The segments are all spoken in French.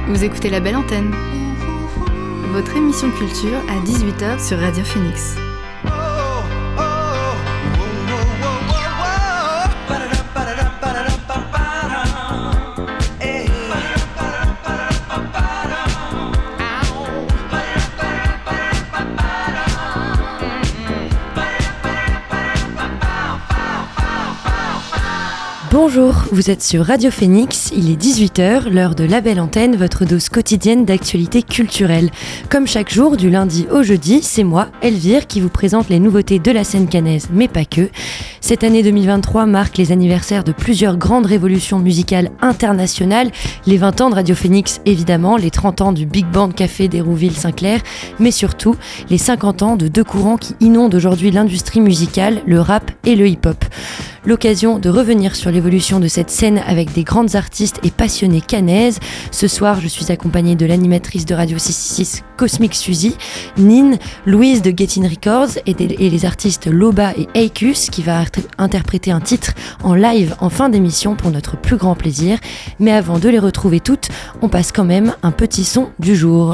Vous écoutez La Belle Antenne, votre émission culture à 18h sur Radio Phoenix. Bonjour, vous êtes sur Radio Phoenix, il est 18h, l'heure de La Belle Antenne, votre dose quotidienne d'actualité culturelle. Comme chaque jour, du lundi au jeudi, c'est moi, Elvire, qui vous présente les nouveautés de la scène caennaise, mais pas que. Cette année 2023 marque les anniversaires de plusieurs grandes révolutions musicales internationales, les 20 ans de Radio Phoenix évidemment, les 30 ans du Big Band Café d'Hérouville-Saint-Clair, mais surtout les 50 ans de deux courants qui inondent aujourd'hui l'industrie musicale, le rap et le hip-hop. L'occasion de revenir sur l'évolution de cette scène avec des grandes artistes et passionnées canaises. Ce soir, je suis accompagnée de l'animatrice de Radio 666 Cosmic Suzy, Nin, Louise de Get In Records et les artistes Loba et Aikus qui va interpréter un titre en live en fin d'émission pour notre plus grand plaisir. Mais avant de les retrouver toutes, on passe quand même un petit son du jour.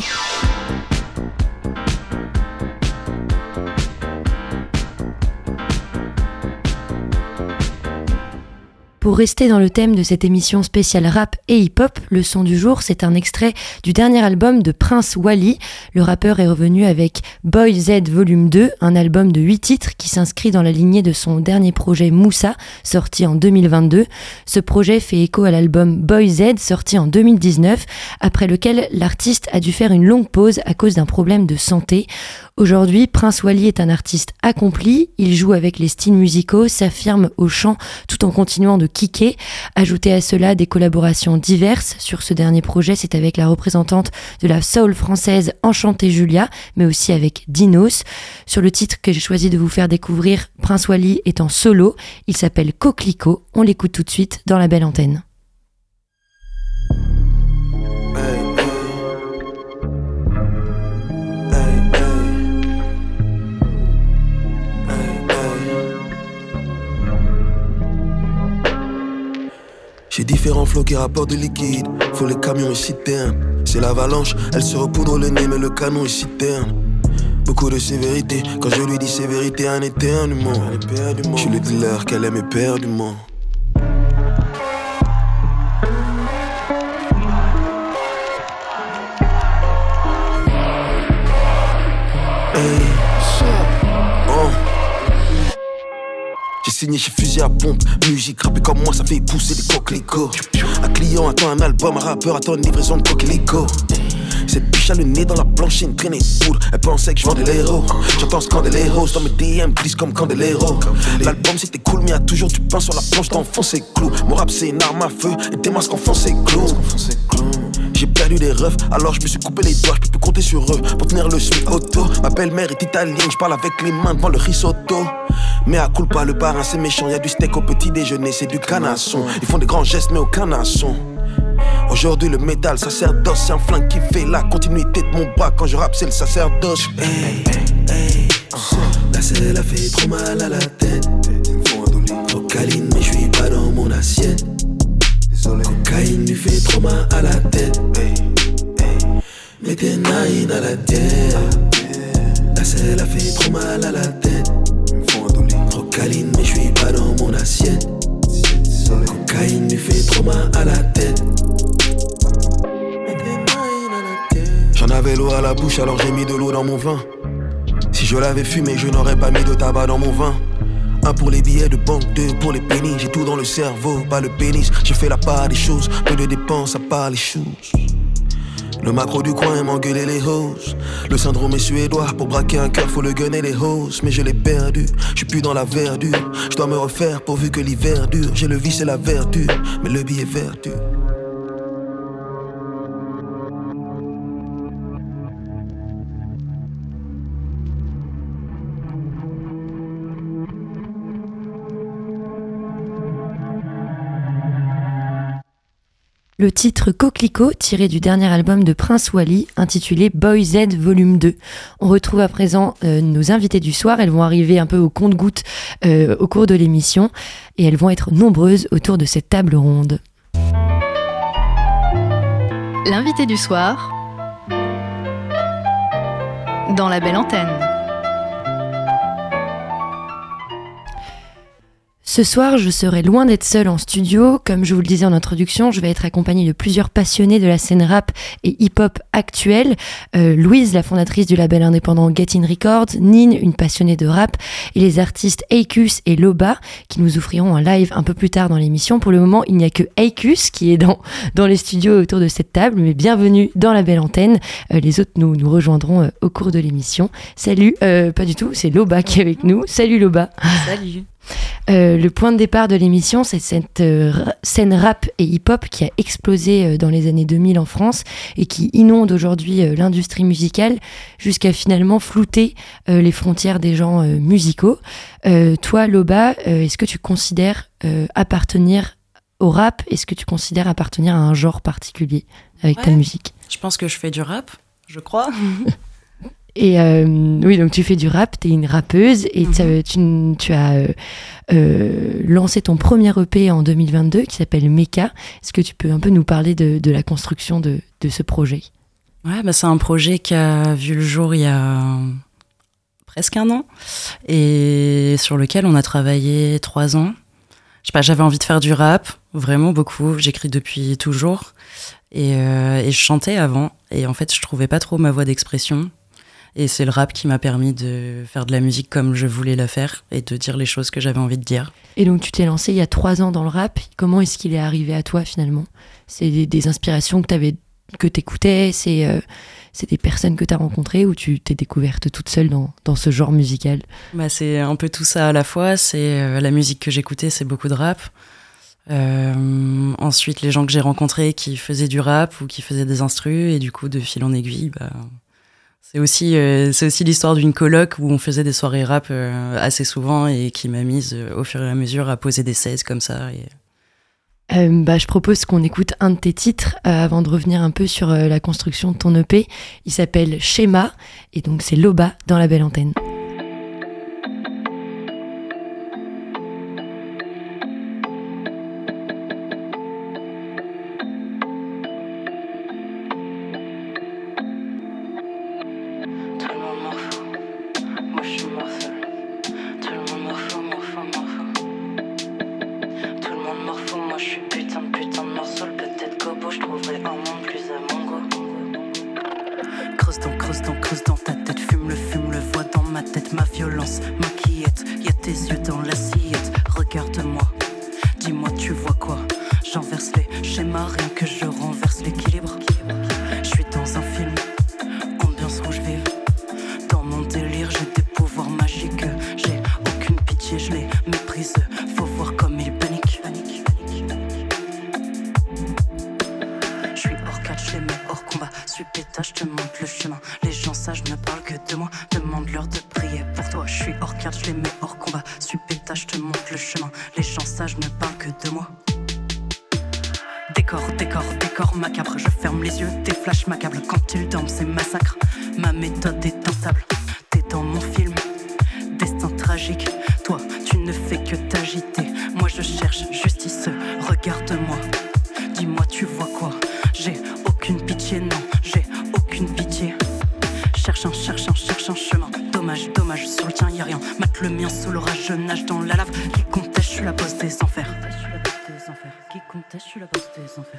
Pour rester dans le thème de cette émission spéciale rap et hip-hop, le son du jour, c'est un extrait du dernier album de Prince Wally. Le rappeur est revenu avec Boy Z Volume 2, un album de 8 titres qui s'inscrit dans la lignée de son dernier projet Moussa, sorti en 2022. Ce projet fait écho à l'album Boy Z, sorti en 2019, après lequel l'artiste a dû faire une longue pause à cause d'un problème de santé. Aujourd'hui, Prince Wally est un artiste accompli, il joue avec les styles musicaux, s'affirme au chant tout en continuant de kicker. Ajoutez à cela des collaborations diverses. Sur ce dernier projet, c'est avec la représentante de la soul française Enchantée Julia, mais aussi avec Dinos. Sur le titre que j'ai choisi de vous faire découvrir, Prince Wally est en solo, il s'appelle Coquelicot. On l'écoute tout de suite dans La Belle Antenne. J'ai différents flots qui rapportent du liquide. Faut les camions et citernes. C'est l'avalanche, elle se repoudre le nez, mais le canon est citerne. Beaucoup de sévérité, quand je lui dis sévérité, un éternuement. Je suis le dealer qu'elle aime éperdument. J'ai signé chez Fusil à pompe, musique rappée comme moi, ça fait pousser des coquelicots. Un client attend un album, un rappeur attend une livraison de coquelicots. Cette biche a le nez dans la planche et une traînée de poudre. Elle pensait que je vendais l'héros. J'entends Scandeléros dans mes DM, glisse comme Candelero. L'album c'était cool, mais y'a toujours du pain sur la planche, t'enfonces ses clous. Mon rap c'est une arme à feu et des masques enfoncent ses clous. J'ai perdu des refs, alors je me suis coupé les doigts, je peux plus compter sur eux pour tenir le SMIC auto. Ma belle-mère est italienne, je parle avec les mains devant le risotto. Mais à culpa, le parrain c'est méchant, y'a du steak au petit déjeuner, c'est du canasson. Ils font des grands gestes mais aucun nasson. Aujourd'hui le métal, sacerdoce, c'est un flingue qui fait la continuité de mon bras. Quand je rappe c'est le sacerdoce. Hey, hey, la selle a fait trop mal à la tête. Trop câline mais je suis pas dans mon assiette. Cocaïne lui fait trop mal à la tête. Mettez nine à la terre. La selle a fait trop mal à la tête. Trop câline mais je suis pas dans mon assiette. Cocaïne lui fait trop mal à la tête. J'en avais l'eau à la bouche alors j'ai mis de l'eau dans mon vin. Si je l'avais fumé je n'aurais pas mis de tabac dans mon vin. Un pour les billets de banque, deux pour les pennies. J'ai tout dans le cerveau, pas le pénis. J'ai fait la part des choses, peu de dépenses à part les choses. Le macro du coin m'engueulait les hosts. Le syndrome est suédois, pour braquer un cœur faut le gunner les hosts. Mais je l'ai perdu, je suis plus dans la verdure. Je dois me refaire pourvu que l'hiver dure. J'ai le vice et la vertu, mais le billet vertu. Le titre Coquelicot, tiré du dernier album de Prince Wally, intitulé Boy Z Volume 2. On retrouve à présent nos invités du soir. Elles vont arriver un peu au compte-gouttes au cours de l'émission et elles vont être nombreuses autour de cette table ronde. L'invité du soir dans la belle antenne. Ce soir, je serai loin d'être seule en studio. Comme je vous le disais en introduction, je vais être accompagnée de plusieurs passionnés de la scène rap et hip-hop actuelle. Louise, la fondatrice du label indépendant Get In Records, Nine, une passionnée de rap, et les artistes Aikus et Loba, qui nous offriront un live un peu plus tard dans l'émission. Pour le moment, il n'y a que Aikus qui est dans les studios autour de cette table, mais bienvenue dans la belle antenne. Les autres nous rejoindront au cours de l'émission. Salut, pas du tout, c'est Loba qui est avec nous. Salut Loba. Salut. Le point de départ de l'émission, c'est cette scène rap et hip-hop qui a explosé dans les années 2000 en France et qui inonde aujourd'hui l'industrie musicale jusqu'à finalement flouter les frontières des genres musicaux. Toi, Loba, est-ce que tu considères appartenir au rap? Est-ce que tu considères appartenir à un genre particulier avec ta musique? Je pense que je fais du rap, je crois. Et oui, donc tu fais du rap, t'es une rappeuse et tu as lancé ton premier EP en 2022 qui s'appelle Meka. Est-ce que tu peux un peu nous parler de la construction de ce projet? Ouais, c'est un projet qui a vu le jour il y a presque 1 an et sur lequel on a travaillé 3 ans. Je sais pas, j'avais envie de faire du rap, vraiment beaucoup. J'écris depuis toujours et je chantais avant et en fait je trouvais pas trop ma voix d'expression. Et c'est le rap qui m'a permis de faire de la musique comme je voulais la faire et de dire les choses que j'avais envie de dire. Et donc tu t'es lancé il y a 3 ans dans le rap. Comment est-ce qu'il est arrivé à toi finalement? C'est des inspirations que t'écoutais, c'est des personnes que t'as rencontrées ou tu t'es découverte toute seule dans ce genre musical? C'est un peu tout ça à la fois. C'est la musique que j'écoutais, c'est beaucoup de rap. Ensuite, les gens que j'ai rencontrés qui faisaient du rap ou qui faisaient des instrus et du coup, de fil en aiguille, c'est aussi l'histoire d'une coloc où on faisait des soirées rap assez souvent et qui m'a mise au fur et à mesure à poser des 16 comme ça. Je propose qu'on écoute un de tes titres avant de revenir un peu sur la construction de ton EP. Il s'appelle Schéma et donc c'est Loba dans la belle antenne. Creuse dans ta tête, fume le vois dans ma tête, ma violence m'inquiète, y'a tes yeux dans l'assiette, regarde-moi, dis-moi tu vois quoi, j'inverse les schémas, rien que je renverse l'équilibre, je suis dans un film, ambiance rouge vive, dans mon délire j'ai des pouvoirs magiques, j'ai aucune pitié, je les méprise, faut voir comme ils paniquent. Je suis hors catch, je les mets hors combat, suis péta, je te montre le chemin. Les gens sages ne parlent que de moi, demande-leur de prier pour toi. Je suis hors carte, je les mets hors combat, suis péta, je te montre le chemin. Les gens sages ne parlent que de moi. Décor macabre, je ferme les yeux, des flashs macabres. Quand ils dorment, c'est massacre, ma méthode est instable. T'es dans mon film, destin tragique. Toi, tu ne fais que t'agiter. Moi, je cherche justice, regarde-moi. Dis-moi, tu vois quoi? J'ai aucune pitié, non, j'ai aucune pitié. Cherche un chemin. Dommage, sur le tien y'a rien. Mate le mien sous l'orage, je nage dans la lave. Qui conteste, je suis la bosse des enfers. Qui conteste, je suis la bosse des enfers.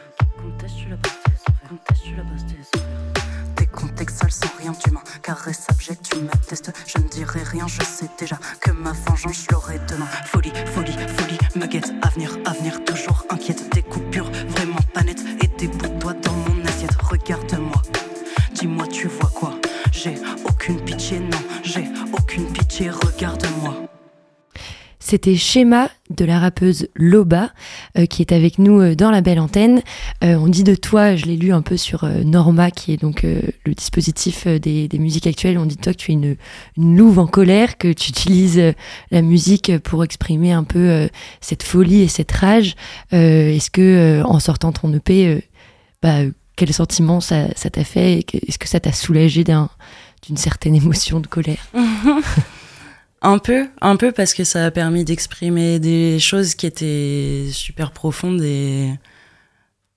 Tes contextes sales sans rien d'humain. Caresse abject, tu m'attestes. Je ne dirai rien, je sais déjà que ma vengeance, je l'aurai demain. Folie, me guette. Avenir, toujours inquiète. Des coupures vraiment pas nettes et des bouts de doigts dans mon assiette. Regarde-moi, dis-moi, tu vois quoi? J'ai aucune pitié, non, j'ai aucune pitié, regarde-moi. C'était Schéma de la rappeuse Loba qui est avec nous dans la belle antenne. On dit de toi, je l'ai lu un peu sur Norma qui est donc le dispositif des musiques actuelles, on dit de toi que tu es une louve en colère, que tu utilises la musique pour exprimer un peu cette folie et cette rage. Est-ce que en sortant ton EP, quel sentiment ça t'a fait? Est-ce que ça t'a soulagé d'une certaine émotion de colère? Un peu parce que ça a permis d'exprimer des choses qui étaient super profondes et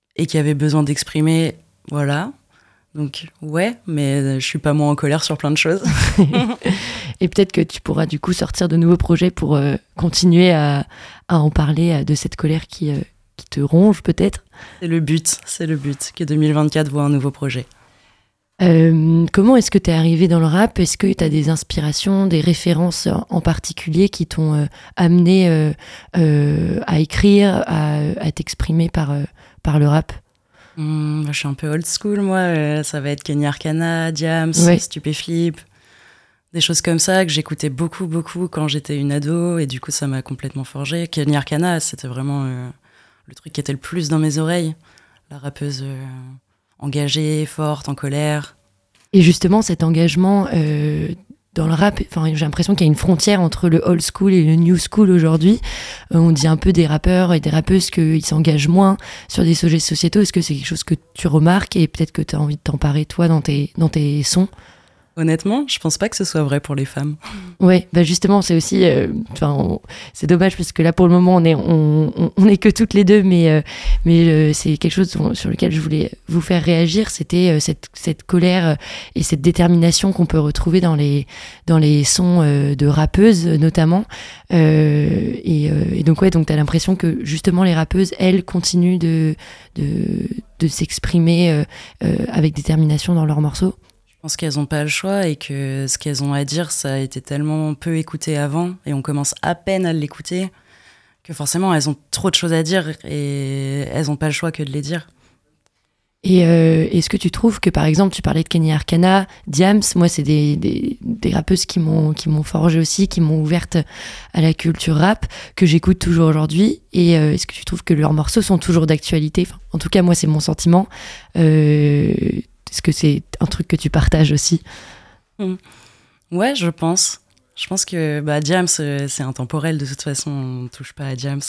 et qui avait besoin d'exprimer, voilà. Donc ouais, mais je suis pas moins en colère sur plein de choses. Et peut-être que tu pourras du coup sortir de nouveaux projets pour continuer à en parler de cette colère qui te ronge peut-être. C'est le but, que 2024 voit un nouveau projet. Comment est-ce que tu es arrivé dans le rap ? Est-ce que tu as des inspirations, des références en particulier qui t'ont amené à écrire, à t'exprimer par le rap ? Je suis un peu old school, moi. Ça va être Kenny Arcana, Diams, Ouais. Stupéflip, des choses comme ça que j'écoutais beaucoup quand j'étais une ado, et du coup ça m'a complètement forgé. Kenny Arcana, c'était vraiment le truc qui était le plus dans mes oreilles. La rappeuse engagée, forte, en colère. Et justement, cet engagement dans le rap, j'ai l'impression qu'il y a une frontière entre le old school et le new school aujourd'hui. On dit un peu des rappeurs et des rappeuses qu'ils s'engagent moins sur des sujets sociétaux. Est-ce que c'est quelque chose que tu remarques et peut-être que tu as envie de t'emparer, toi, dans tes sons ? Honnêtement, je pense pas que ce soit vrai pour les femmes. Ouais, bah justement, c'est aussi, c'est dommage parce que là pour le moment on est que toutes les deux, mais c'est quelque chose sur lequel je voulais vous faire réagir. C'était cette colère et cette détermination qu'on peut retrouver dans les sons de rappeuses notamment. Et donc ouais, donc t'as l'impression que justement les rappeuses, elles, continuent de s'exprimer avec détermination dans leurs morceaux. Je pense qu'elles n'ont pas le choix et que ce qu'elles ont à dire, ça a été tellement peu écouté avant et on commence à peine à l'écouter que forcément elles ont trop de choses à dire et elles n'ont pas le choix que de les dire. Et est-ce que tu trouves que, par exemple, tu parlais de Kenny Arcana, Diams, moi c'est des rappeuses qui m'ont forgé aussi, qui m'ont ouverte à la culture rap, que j'écoute toujours aujourd'hui, et est-ce que tu trouves que leurs morceaux sont toujours d'actualité ? Enfin, en tout cas moi c'est mon sentiment. Est-ce que c'est un truc que tu partages aussi ? Ouais, je pense. Je pense que Diams, c'est intemporel de toute façon, on ne touche pas à Diams.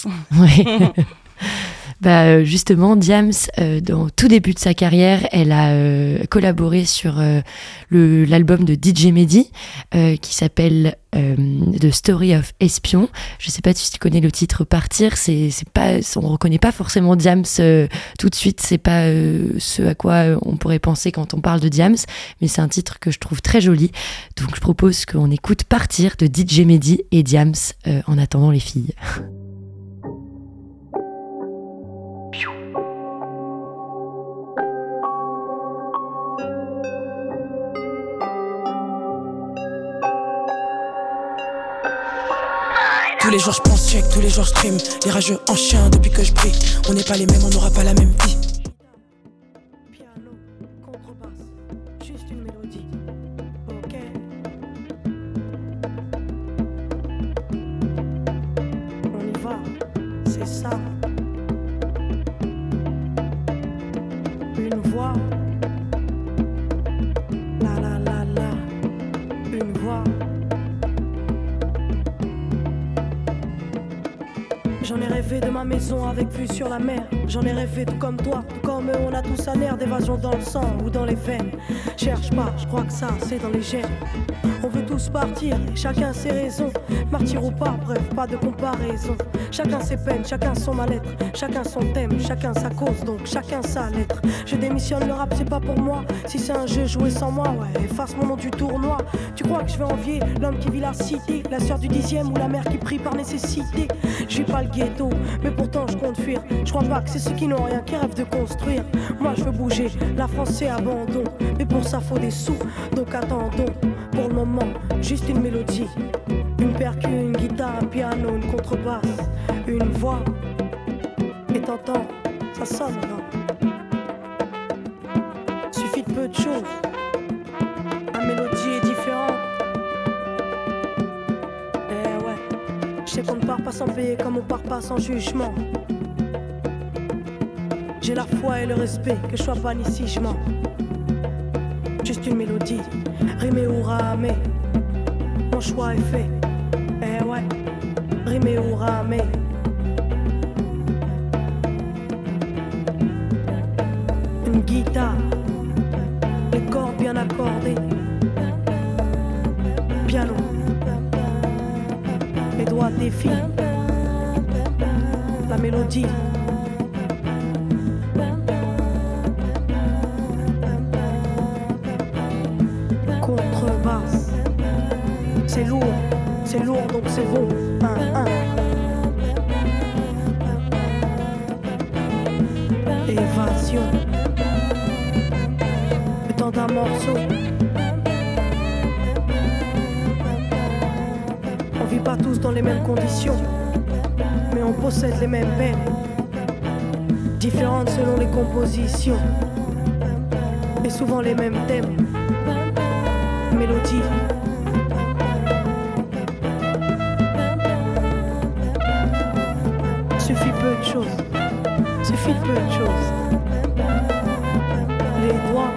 Ouais. Justement, Diams, dans tout début de sa carrière, elle a collaboré sur l'album de DJ Mehdi qui s'appelle The Story of Espion. Je ne sais pas si tu connais le titre Partir. On ne reconnaît pas forcément Diams tout de suite. C'est pas ce à quoi on pourrait penser quand on parle de Diams, mais c'est un titre que je trouve très joli. Donc je propose qu'on écoute Partir de DJ Mehdi et Diams en attendant les filles. Tous les jours je pense check, tous les jours je stream. Les rageux en chien depuis que je brille. On n'est pas les mêmes, on n'aura pas la même vie. Piano, contrebasse, juste une mélodie. Ok. On y va, c'est ça. Une voix. La la la la. Une voix. J'en ai rêvé de ma maison avec vue sur la mer. J'en ai rêvé tout comme toi, tout comme eux, on a tous un air d'évasion dans le sang ou dans les veines. Cherche pas, je crois que ça c'est dans les gènes. On veut tous partir, et chacun ses raisons. Martyr ou pas, bref, pas de comparaison. Chacun ses peines, chacun son mal-être. Chacun son thème, chacun sa cause, donc chacun sa lettre. Je démissionne, le rap c'est pas pour moi. Si c'est un jeu joué sans moi, ouais, efface mon nom du tournoi. Tu crois que je vais envier l'homme qui vit la cité, la sœur du 10e ou la mère qui prie par nécessité? Je suis pas le ghetto, mais pourtant je compte fuir. Je crois pas que c'est ceux qui n'ont rien qui rêvent de construire. Moi je veux bouger, la France c'est abandon. Mais pour ça faut des sous, donc attendons. Pour le moment, juste une mélodie. Une percu, une guitare, un piano, une contrebasse, une voix. Et t'entends, ça sonne, non? Suffit de peu de choses. La mélodie est différente. Eh ouais, je sais qu'on ne part pas sans payer comme on part pas sans jugement. J'ai la foi et le respect, que je sois pas ici, je mens. Juste une mélodie, rimer ou ramer. Mon choix est fait. Eh ouais, rimer ou ramer. Une guitare, les cordes bien accordées. Piano, les doigts défilent. La mélodie. c'est lourd donc c'est beau. Évasion. Le temps d'un morceau. On vit pas tous dans les mêmes conditions, mais on possède les mêmes peines, différentes selon les compositions, et souvent les mêmes thèmes, mélodies. Suffit peu de choses. Les doigts.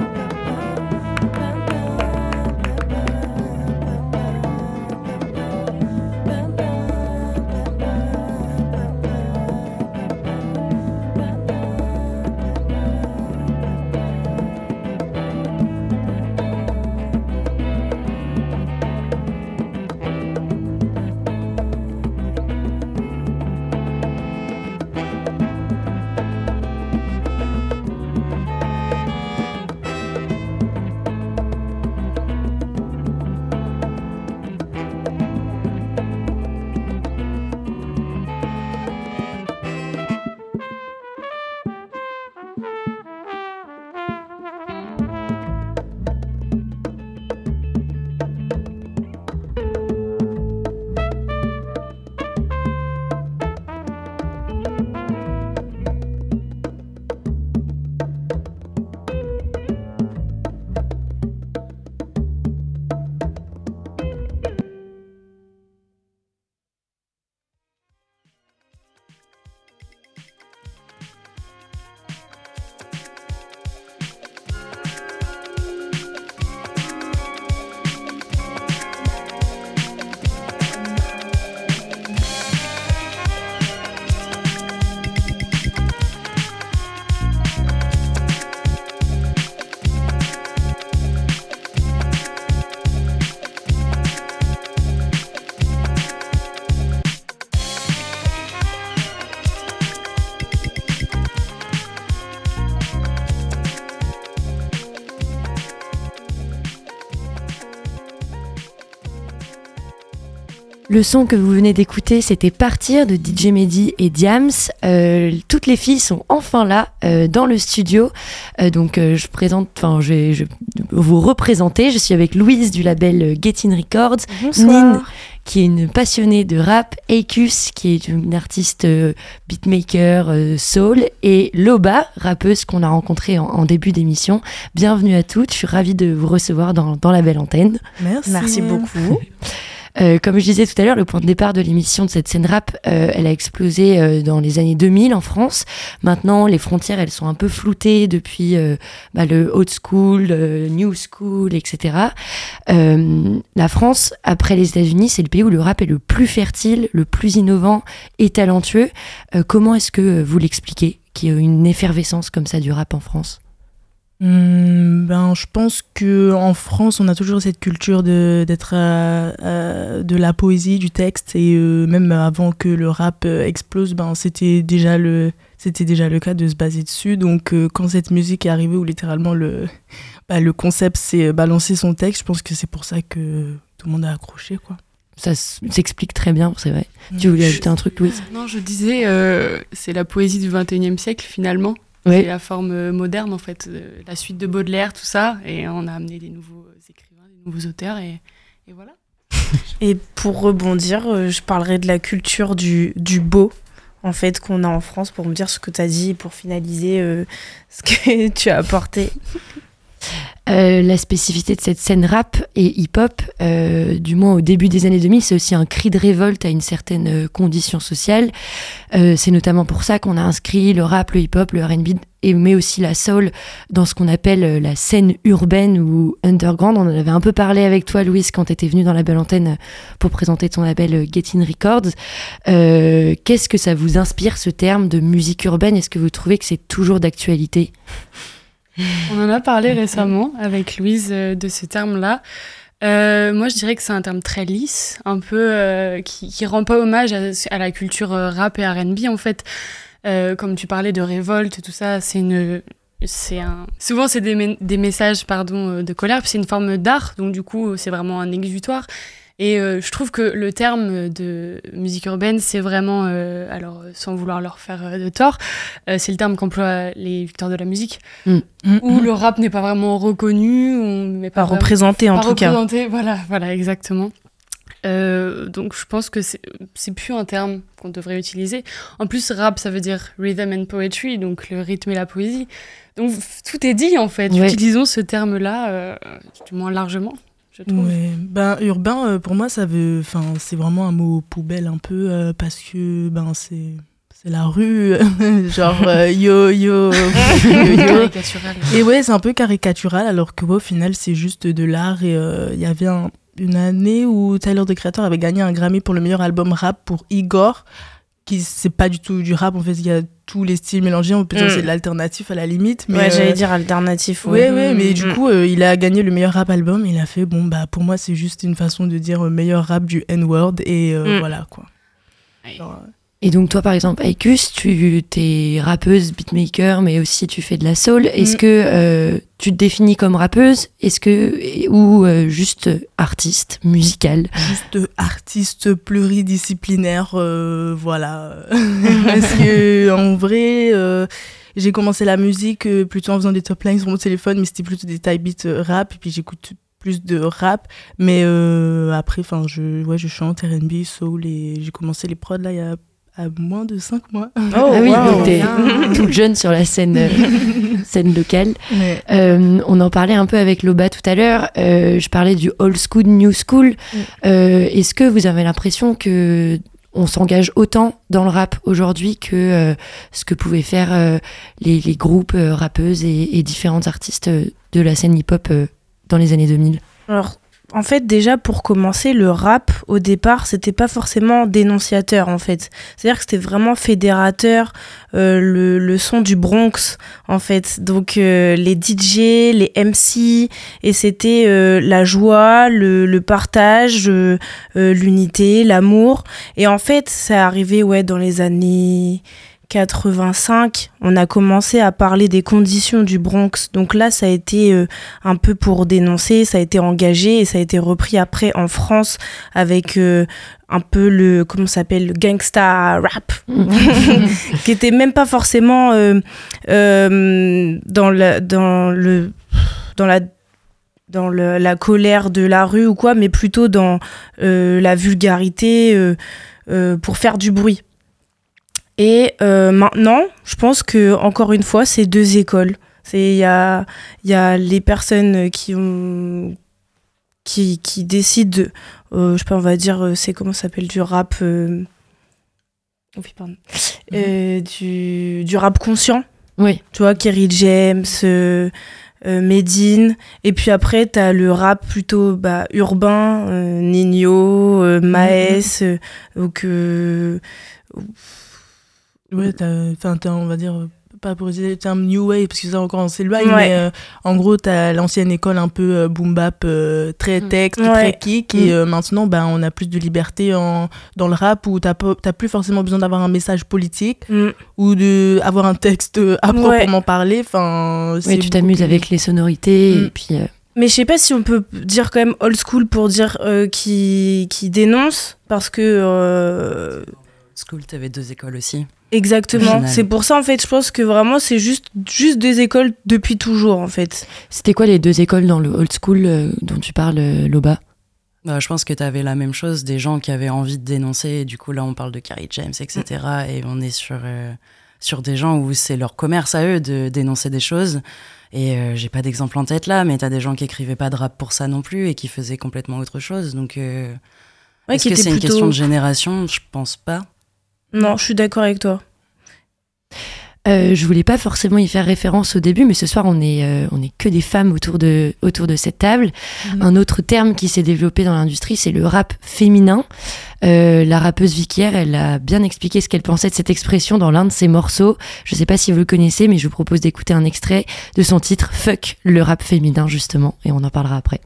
Le son que vous venez d'écouter, c'était Partir de DJ Mehdi et Diams. Toutes les filles sont enfin là dans le studio. Je vais vous représenter. Je suis avec Louise du label Getting Records. Bonsoir. Nine, qui est une passionnée de rap, Acus, qui est une artiste beatmaker soul, et Loba, rappeuse qu'on a rencontrée en début d'émission. Bienvenue à toutes, je suis ravie de vous recevoir dans la belle antenne. Merci beaucoup. Comme je disais tout à l'heure, le point de départ de l'émission de cette scène rap, elle a explosé dans les années 2000 en France. Maintenant, les frontières, elles sont un peu floutées depuis le old school, le new school, etc. La France, après les États-Unis, c'est le pays où le rap est le plus fertile, le plus innovant et talentueux. Comment est-ce que vous l'expliquez, qu'il y a une effervescence comme ça du rap en France ? Je pense qu'en France, on a toujours cette culture d'être de la poésie, du texte, et même avant que le rap explose, c'était déjà le cas de se baser dessus. Donc quand cette musique est arrivée, où littéralement le concept c'est balancer son texte, je pense que c'est pour ça que tout le monde a accroché, quoi. Ça s'explique très bien, c'est vrai. Tu voulais ajouter un truc, Louise ? Non, je disais, c'est la poésie du 21e siècle, finalement. Oui. C'est la forme moderne, en fait, la suite de Baudelaire, tout ça. Et on a amené des nouveaux écrivains, des nouveaux auteurs, et voilà. Et pour rebondir, je parlerai de la culture du beau, en fait, qu'on a en France, pour me dire ce que tu as dit et pour finaliser ce que tu as apporté. La spécificité de cette scène rap et hip-hop, du moins au début des années 2000, c'est aussi un cri de révolte à une certaine condition sociale. C'est notamment pour ça qu'on a inscrit le rap, le hip-hop, le R&B, mais aussi la soul dans ce qu'on appelle la scène urbaine ou underground. On en avait un peu parlé avec toi, Louise, quand tu étais venue dans la belle antenne pour présenter ton label Getting Records. Qu'est-ce que ça vous inspire, ce terme de musique urbaine ? Est-ce que vous trouvez que c'est toujours d'actualité ? On en a parlé récemment avec Louise de ce terme-là. Moi, je dirais que c'est un terme très lisse, un peu qui rend pas hommage à la culture rap et R&B, en fait. Comme tu parlais de révolte, tout ça, souvent c'est des messages de colère, puis c'est une forme d'art, donc du coup c'est vraiment un exutoire. Et je trouve que le terme de musique urbaine, c'est vraiment, alors sans vouloir leur faire de tort, c'est le terme qu'emploient les victoires de la musique, où le rap n'est pas vraiment reconnu, on n'est pas représenté en tout cas. Voilà, exactement. Donc je pense que c'est plus un terme qu'on devrait utiliser. En plus, rap, ça veut dire rhythm and poetry, donc le rythme et la poésie. Donc tout est dit en fait. Ouais. Utilisons ce terme-là, du moins largement. Ouais. Ben, urbain, pour moi, c'est vraiment un mot poubelle un peu, parce que c'est la rue, genre yo. Caricatural. Et ouais, c'est un peu caricatural, alors que au final, c'est juste de l'art. Et il y avait une année où Tyler, the Creator, avait gagné un Grammy pour le meilleur album rap pour Igor, qui c'est pas du tout du rap, en fait, il y a tous les styles mélangés, on peut dire que c'est de l'alternatif à la limite. Mais j'allais dire alternatif. Ouais, mais du coup, il a gagné le meilleur rap album, il a fait, pour moi, c'est juste une façon de dire meilleur rap du N-word, et voilà, quoi. Genre, Et donc toi, par exemple, Aikus, tu t'es rappeuse, beatmaker, mais aussi tu fais de la soul. Est-ce que tu te définis comme rappeuse, ou juste artiste musicale? Juste artiste pluridisciplinaire, voilà. Parce que en vrai, j'ai commencé la musique plutôt en faisant des top lines sur mon téléphone, mais c'était plutôt des type beats rap, et puis j'écoute plus de rap, mais après, je chante R&B, soul, et j'ai commencé les prods là il y a moins de 5 mois. Donc t'es toute jeune sur la scène locale. Ouais. On en parlait un peu avec Loba tout à l'heure. Je parlais du old school, new school. Est-ce que vous avez l'impression que on s'engage autant dans le rap aujourd'hui que ce que pouvaient faire les groupes rappeuses et différents artistes de la scène hip-hop dans les années 2000? Alors, en fait, déjà, pour commencer, le rap, au départ, c'était pas forcément dénonciateur, en fait. C'est-à-dire que c'était vraiment fédérateur, le son du Bronx, en fait. Donc, les DJ, les MC, et c'était la joie, le partage, l'unité, l'amour. Et en fait, ça arrivait, dans les années 85, on a commencé à parler des conditions du Bronx. Donc là, ça a été un peu pour dénoncer, ça a été engagé et ça a été repris après en France avec un peu le gangsta rap, qui était même pas forcément dans la colère de la rue ou quoi, mais plutôt dans la vulgarité pour faire du bruit. Et maintenant, je pense que encore une fois, c'est deux écoles. Il y a les personnes qui décident, je sais pas, on va dire, c'est comment ça s'appelle, du rap, du rap conscient. Oui. Tu vois, Kerry James, Medine, et puis après t'as le rap plutôt urbain, Ninho, Maes, donc ouais, on va dire, pas pour utiliser le terme New Wave, parce que ça encore on s'éloigne, mais en gros, t'as l'ancienne école un peu boom bap, très texte, très kick, et maintenant, on a plus de liberté dans le rap, où t'as plus forcément besoin d'avoir un message politique, ou d'avoir un texte à proprement parler. Oui, tu t'amuses avec les sonorités, et puis... Mais je sais pas si on peut dire quand même old school pour dire qui dénonce, parce que... School, t'avais deux écoles aussi. Exactement, c'est pour ça en fait, je pense que vraiment c'est juste des écoles depuis toujours en fait. C'était quoi les deux écoles dans le old school dont tu parles, Loba? Je pense que t'avais la même chose, des gens qui avaient envie de dénoncer, et du coup là on parle de Kerry James, etc. Et on est sur des gens où c'est leur commerce à eux de dénoncer des choses. Et j'ai pas d'exemple en tête là, mais t'as des gens qui écrivaient pas de rap pour ça non plus et qui faisaient complètement autre chose. Donc est-ce que c'est une question de génération? Je pense pas. Non, je suis d'accord avec toi. Je voulais pas forcément y faire référence au début, mais ce soir on est que des femmes autour de cette table. Un autre terme qui s'est développé dans l'industrie, c'est le rap féminin. La rappeuse Vikier, elle a bien expliqué ce qu'elle pensait de cette expression dans l'un de ses morceaux. Je sais pas si vous le connaissez, mais je vous propose d'écouter un extrait de son titre Fuck le rap féminin justement, et on en parlera après.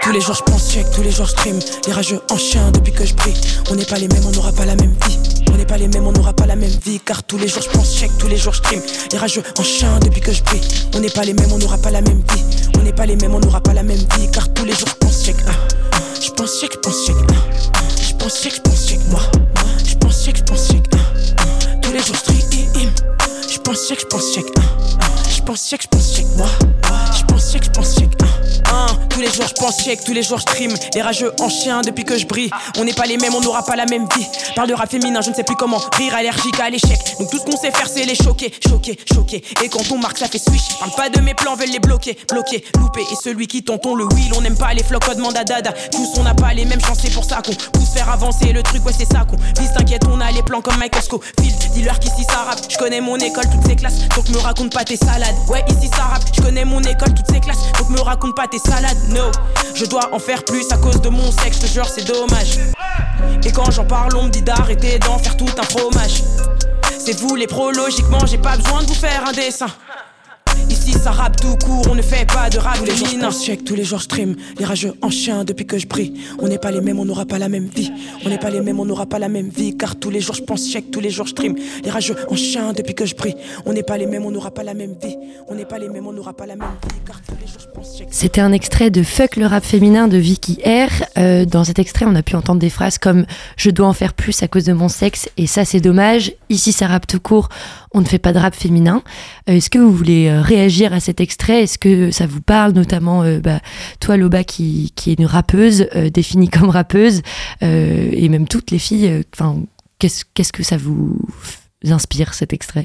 tous les jours je pense check, tous les jours je stream. Les rageux en chien depuis que je brille. On n'est pas les mêmes, on n'aura pas la même vie. On n'est pas les mêmes, on n'aura pas la même vie. Car tous les jours je pense check, tous les jours je stream. Les rageux en chien depuis que je brille. On n'est pas les mêmes, on n'aura pas la même vie. On n'est pas les mêmes, on n'aura pas la même vie. Car tous les jours je pense check. Je pense check, je pense check. Je pense check, je pense check. Moi, je pense check, je pense check. Tous les jours je stream. Je pense check, je pense check. Je pense check, je pense check. Moi, je pense check, je pense check. Tous les jours je pense check, tous les jours je stream. Les rageux en chien depuis que je brille. On n'est pas les mêmes, on n'aura pas la même vie. Parle de rap féminin, je ne sais plus comment. Rire allergique à l'échec. Donc tout ce qu'on sait faire c'est les choquer, choquer, choquer. Et quand on marque ça fait swish. Parle pas de mes plans, veulent les bloquer, bloquer, louper. Et celui qui tonton le wheel, on n'aime pas les flocs, demande à dada. Tous on n'a pas les mêmes chances, c'est pour ça qu'on pousse faire avancer le truc, ouais c'est ça qu'on vise. T'inquiète, on a les plans comme Michael Scofield. Dis-leur qu'ici ça rappe, je connais mon école, toutes ces classes. Donc me raconte pas tes salades. Ouais ici ça rappe, je connais mon école, toutes ces classes. Donc me raconte pas tes salades. No, je dois en faire plus à cause de mon sexe, je te jure c'est dommage. Et quand j'en parle on me dit d'arrêter d'en faire tout un fromage. C'est vous les pros, logiquement j'ai pas besoin de vous faire un dessin. Ici ça rappe tout court, on ne fait pas de rap féminin. Tous les jours je pense check, tous les jours je stream. Les rageux en chien depuis que je brille. On n'est pas les mêmes, on n'aura pas la même vie. On n'est pas les mêmes, on n'aura pas la même vie. Car tous les jours je pense check, tous les jours je stream. Les rageux en chien depuis que je brille. On n'est pas les mêmes, on n'aura pas la même vie. On n'est pas les mêmes, on n'aura pas la même vie. Car tous les jours je pense check. C'était un extrait de Fuck le rap féminin de Vicky R. Dans cet extrait, on a pu entendre des phrases comme « Je dois en faire plus à cause de mon sexe et ça c'est dommage. Ici ça rappe tout court, on ne fait pas de rap féminin. » Est-ce que vous voulez réagir à cet extrait? Est-ce que ça vous parle, notamment toi Loba qui est une rappeuse, définie comme rappeuse, et même toutes les filles, qu'est-ce que ça vous inspire cet extrait?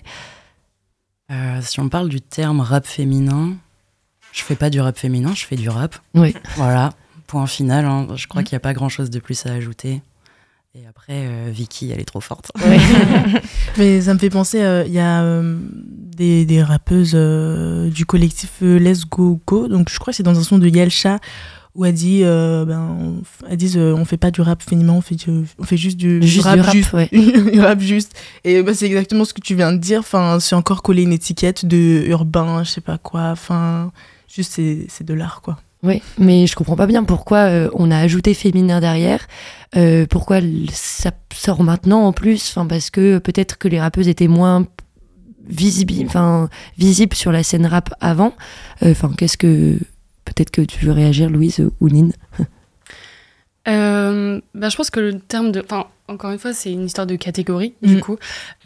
Si on parle du terme rap féminin, je fais pas du rap féminin, je fais du rap. Oui. Voilà, point final. Hein. Je crois qu'il n'y a pas grand-chose de plus à ajouter. Et après, Vicky, elle est trop forte. Ouais. Mais ça me fait penser, il y a des rappeuses du collectif Let's Go Go. Donc je crois que c'est dans un son de Yelcha où elle dit, elles disent, on fait pas du rap féminin, on fait juste du rap juste. Ouais. Du rap juste. Et c'est exactement ce que tu viens de dire. Enfin, c'est encore coller une étiquette de urbain, je sais pas quoi. Enfin, juste c'est de l'art, quoi. Oui, mais je comprends pas bien pourquoi on a ajouté féminin derrière. Pourquoi ça sort maintenant en plus, parce que peut-être que les rappeuses étaient moins visibles sur la scène rap avant. Qu'est-ce que... Peut-être que tu veux réagir, Louise ou Nine. Je pense que le terme de... encore une fois, c'est une histoire de catégorie, du coup.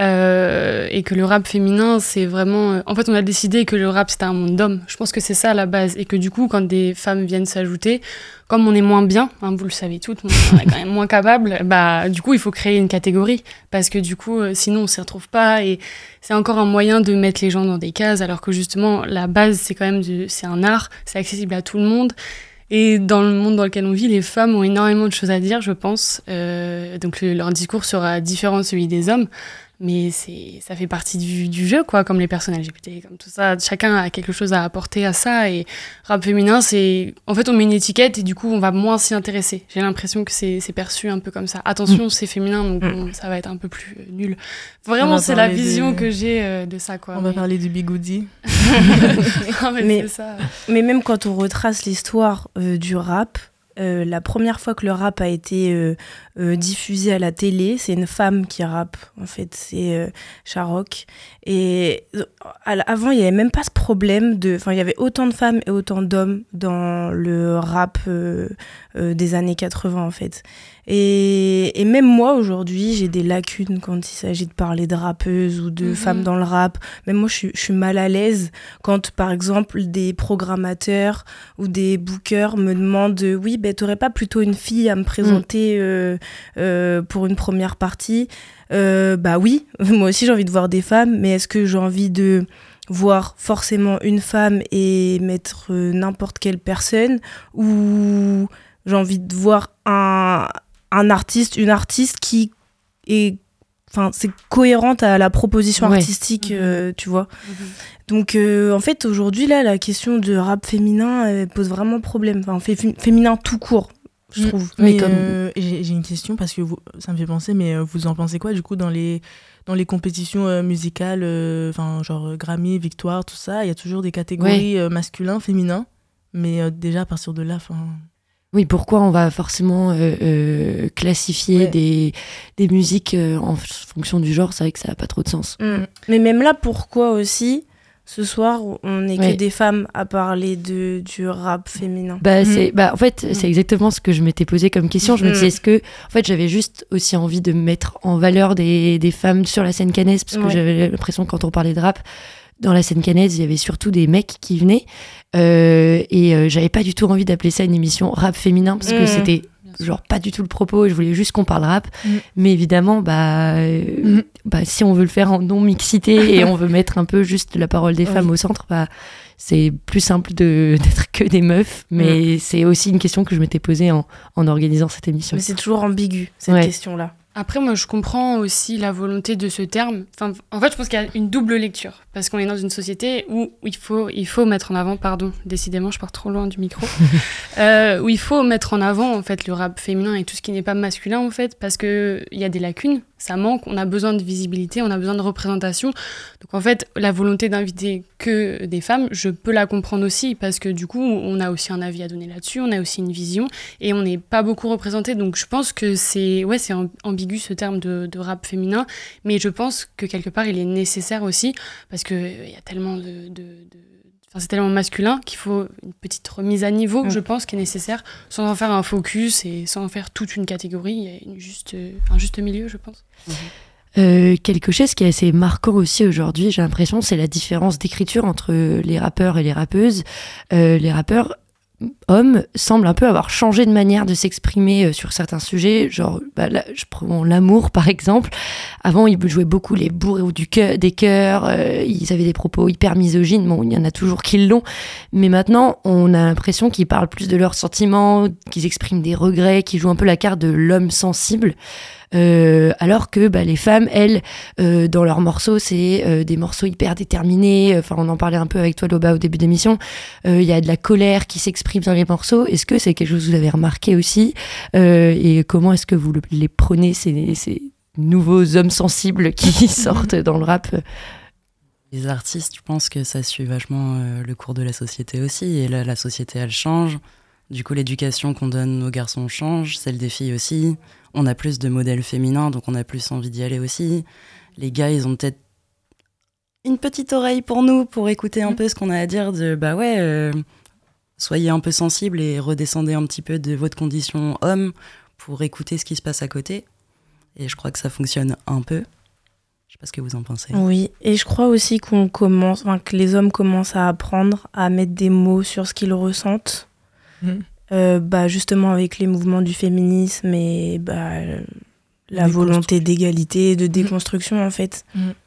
Et que le rap féminin, c'est vraiment... En fait, on a décidé que le rap, c'était un monde d'hommes. Je pense que c'est ça, à la base. Et que du coup, quand des femmes viennent s'ajouter, comme on est moins bien, vous le savez toutes, on est quand même moins capable, du coup, il faut créer une catégorie. Parce que du coup, sinon, on s'y retrouve pas. Et c'est encore un moyen de mettre les gens dans des cases, alors que justement, la base, c'est quand même c'est un art, c'est accessible à tout le monde. Et dans le monde dans lequel on vit, les femmes ont énormément de choses à dire, je pense. Donc leur discours sera différent de celui des hommes, mais ça fait partie du jeu, quoi, comme les personnes LGBT, comme tout ça. Chacun a quelque chose à apporter à ça. Et rap féminin, c'est... En fait, on met une étiquette et du coup, on va moins s'y intéresser. J'ai l'impression que c'est perçu un peu comme ça. Attention, c'est féminin, donc ça va être un peu plus nul. Vraiment, c'est la vision que j'ai de ça, quoi. On va parler du bigoudi. mais c'est ça. Mais même quand on retrace l'histoire du rap, la première fois que le rap a été diffusé à la télé, c'est une femme qui rappe, en fait, c'est Sharrock. Et avant, il n'y avait même pas ce problème de... il y avait autant de femmes et autant d'hommes dans le rap des années 80, en fait. Et même moi, aujourd'hui, j'ai des lacunes quand il s'agit de parler de rappeuses ou de femmes dans le rap. Même moi, je suis mal à l'aise quand, par exemple, des programmateurs ou des bookers me demandent « Oui, t'aurais pas plutôt une fille à me présenter pour une première partie ?» Oui, moi aussi, j'ai envie de voir des femmes, mais est-ce que j'ai envie de voir forcément une femme et mettre n'importe quelle personne, ou j'ai envie de voir un artiste, une artiste qui est, c'est cohérente à la proposition artistique, tu vois. Donc, en fait, aujourd'hui, là, la question de rap féminin, elle pose vraiment problème. Féminin tout court, je trouve. Mais j'ai une question, parce que ça me fait penser, mais vous en pensez quoi, du coup, dans les compétitions musicales, genre Grammy, Victoire, tout ça, il y a toujours des catégories masculins, féminins, mais déjà, à partir de là, Oui, pourquoi on va forcément classifier des musiques en fonction du genre? C'est vrai que ça n'a pas trop de sens. Mais même là, pourquoi aussi ce soir on n'est que des femmes à parler du rap féminin? En fait, c'est exactement ce que je m'étais posé comme question. Je me disais, est-ce que en fait, j'avais juste aussi envie de mettre en valeur des femmes sur la scène caennaise, parce que j'avais l'impression que quand on parlait de rap, dans la scène caennaise, il y avait surtout des mecs qui venaient. J'avais pas du tout envie d'appeler ça une émission rap féminin, parce que c'était genre pas du tout le propos, et je voulais juste qu'on parle rap. Mais évidemment, si on veut le faire en non-mixité et on veut mettre un peu juste la parole des femmes au centre, c'est plus simple d'être que des meufs. Mais c'est aussi une question que je m'étais posée en organisant cette émission. Mais c'est toujours ambigu, cette question-là. Après, moi, je comprends aussi la volonté de ce terme. Enfin, en fait, je pense qu'il y a une double lecture. Parce qu'on est dans une société où il faut mettre en avant... Pardon, décidément, je pars trop loin du micro. Où il faut mettre en avant, en fait, le rap féminin et tout ce qui n'est pas masculin, en fait, parce qu'il y a des lacunes, ça manque, on a besoin de visibilité, on a besoin de représentation. Donc, en fait, la volonté d'inviter que des femmes, je peux la comprendre aussi, parce que du coup, on a aussi un avis à donner là-dessus, on a aussi une vision, et on n'est pas beaucoup représenté. Donc, je pense que c'est ambigu, ce terme de rap féminin, mais je pense que quelque part, il est nécessaire aussi, parce qu'il y a tellement c'est tellement masculin qu'il faut une petite remise à niveau, je pense, qui est nécessaire, sans en faire un focus et sans en faire toute une catégorie. Il y a un juste milieu, je pense. Quelque chose qui est assez marquant aussi aujourd'hui, j'ai l'impression, c'est la différence d'écriture entre les rappeurs et les rappeuses. Les rappeurs hommes semblent un peu avoir changé de manière de s'exprimer sur certains sujets, genre là, je prends l'amour par exemple. Avant ils jouaient beaucoup les bourreaux des cœurs, ils avaient des propos hyper misogynes, bon il y en a toujours qui l'ont, mais maintenant on a l'impression qu'ils parlent plus de leurs sentiments, qu'ils expriment des regrets, qu'ils jouent un peu la carte de l'homme sensible. Alors que les femmes, elles, dans leurs morceaux, c'est des morceaux hyper déterminés. Enfin, on en parlait un peu avec toi, Loba, au début d'émission. Il y a de la colère qui s'exprime dans les morceaux. Est-ce que c'est quelque chose que vous avez remarqué aussi et comment est-ce que vous les prenez, ces nouveaux hommes sensibles qui sortent dans le rap? Les artistes, je pense que ça suit vachement le cours de la société aussi. Et là, la société, elle change. Du coup, l'éducation qu'on donne aux garçons change, celle des filles aussi. On a plus de modèles féminins, donc on a plus envie d'y aller aussi. Les gars, ils ont peut-être une petite oreille pour nous, pour écouter un peu ce qu'on a à dire de soyez un peu sensibles et redescendez un petit peu de votre condition homme pour écouter ce qui se passe à côté. Et je crois que ça fonctionne un peu. Je sais pas ce que vous en pensez. Oui, et je crois aussi que les hommes commencent à apprendre à mettre des mots sur ce qu'ils ressentent. Justement avec les mouvements du féminisme et la volonté d'égalité, de déconstruction en fait.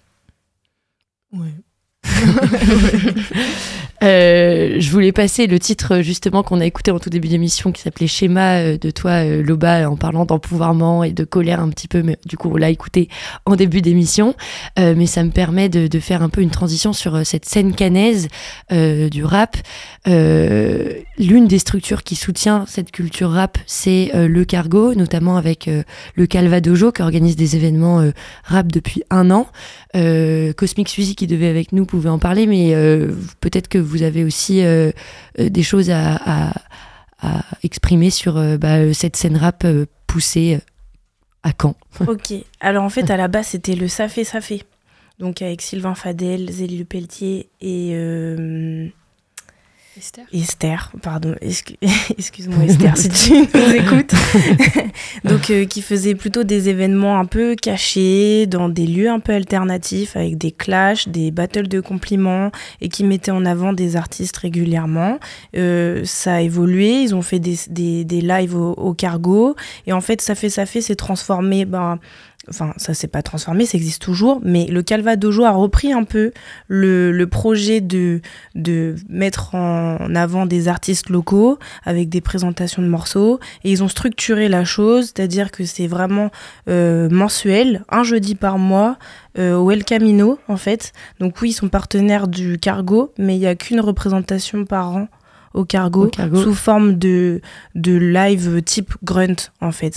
Je voulais passer le titre justement qu'on a écouté en tout début d'émission qui s'appelait Schéma de toi, Loba, en parlant d'empouvoirment et de colère un petit peu, mais du coup on l'a écouté en début d'émission, mais ça me permet de faire un peu une transition sur cette scène caennaise du rap. L'une des structures qui soutient cette culture rap, c'est le Cargo, notamment avec le Calvadojo qui organise des événements rap depuis 1 an. Cosmic Suzy qui devait avec nous pouvait en parler, mais peut-être que vous avez aussi des choses à exprimer sur cette scène rap poussée à Caen. Ok, alors en fait à la base c'était le Safé Safé, donc avec Sylvain Fadel, Zélie Le Pelletier et Esther, pardon, excuse-moi Esther si tu nous écoutes. Donc qui faisait plutôt des événements un peu cachés dans des lieux un peu alternatifs avec des clashs, des battles de compliments et qui mettait en avant des artistes régulièrement. Ça a évolué, ils ont fait des lives au Cargo et en fait ça s'est transformé. Enfin, ça s'est pas transformé, ça existe toujours, mais le Calvadojo a repris un peu le projet de mettre en avant des artistes locaux avec des présentations de morceaux, et ils ont structuré la chose, c'est-à-dire que c'est vraiment mensuel, un jeudi par mois, au El Camino, en fait. Donc oui, ils sont partenaires du Cargo, mais il n'y a qu'une représentation par an au Cargo. Sous forme de live type grunt, en fait.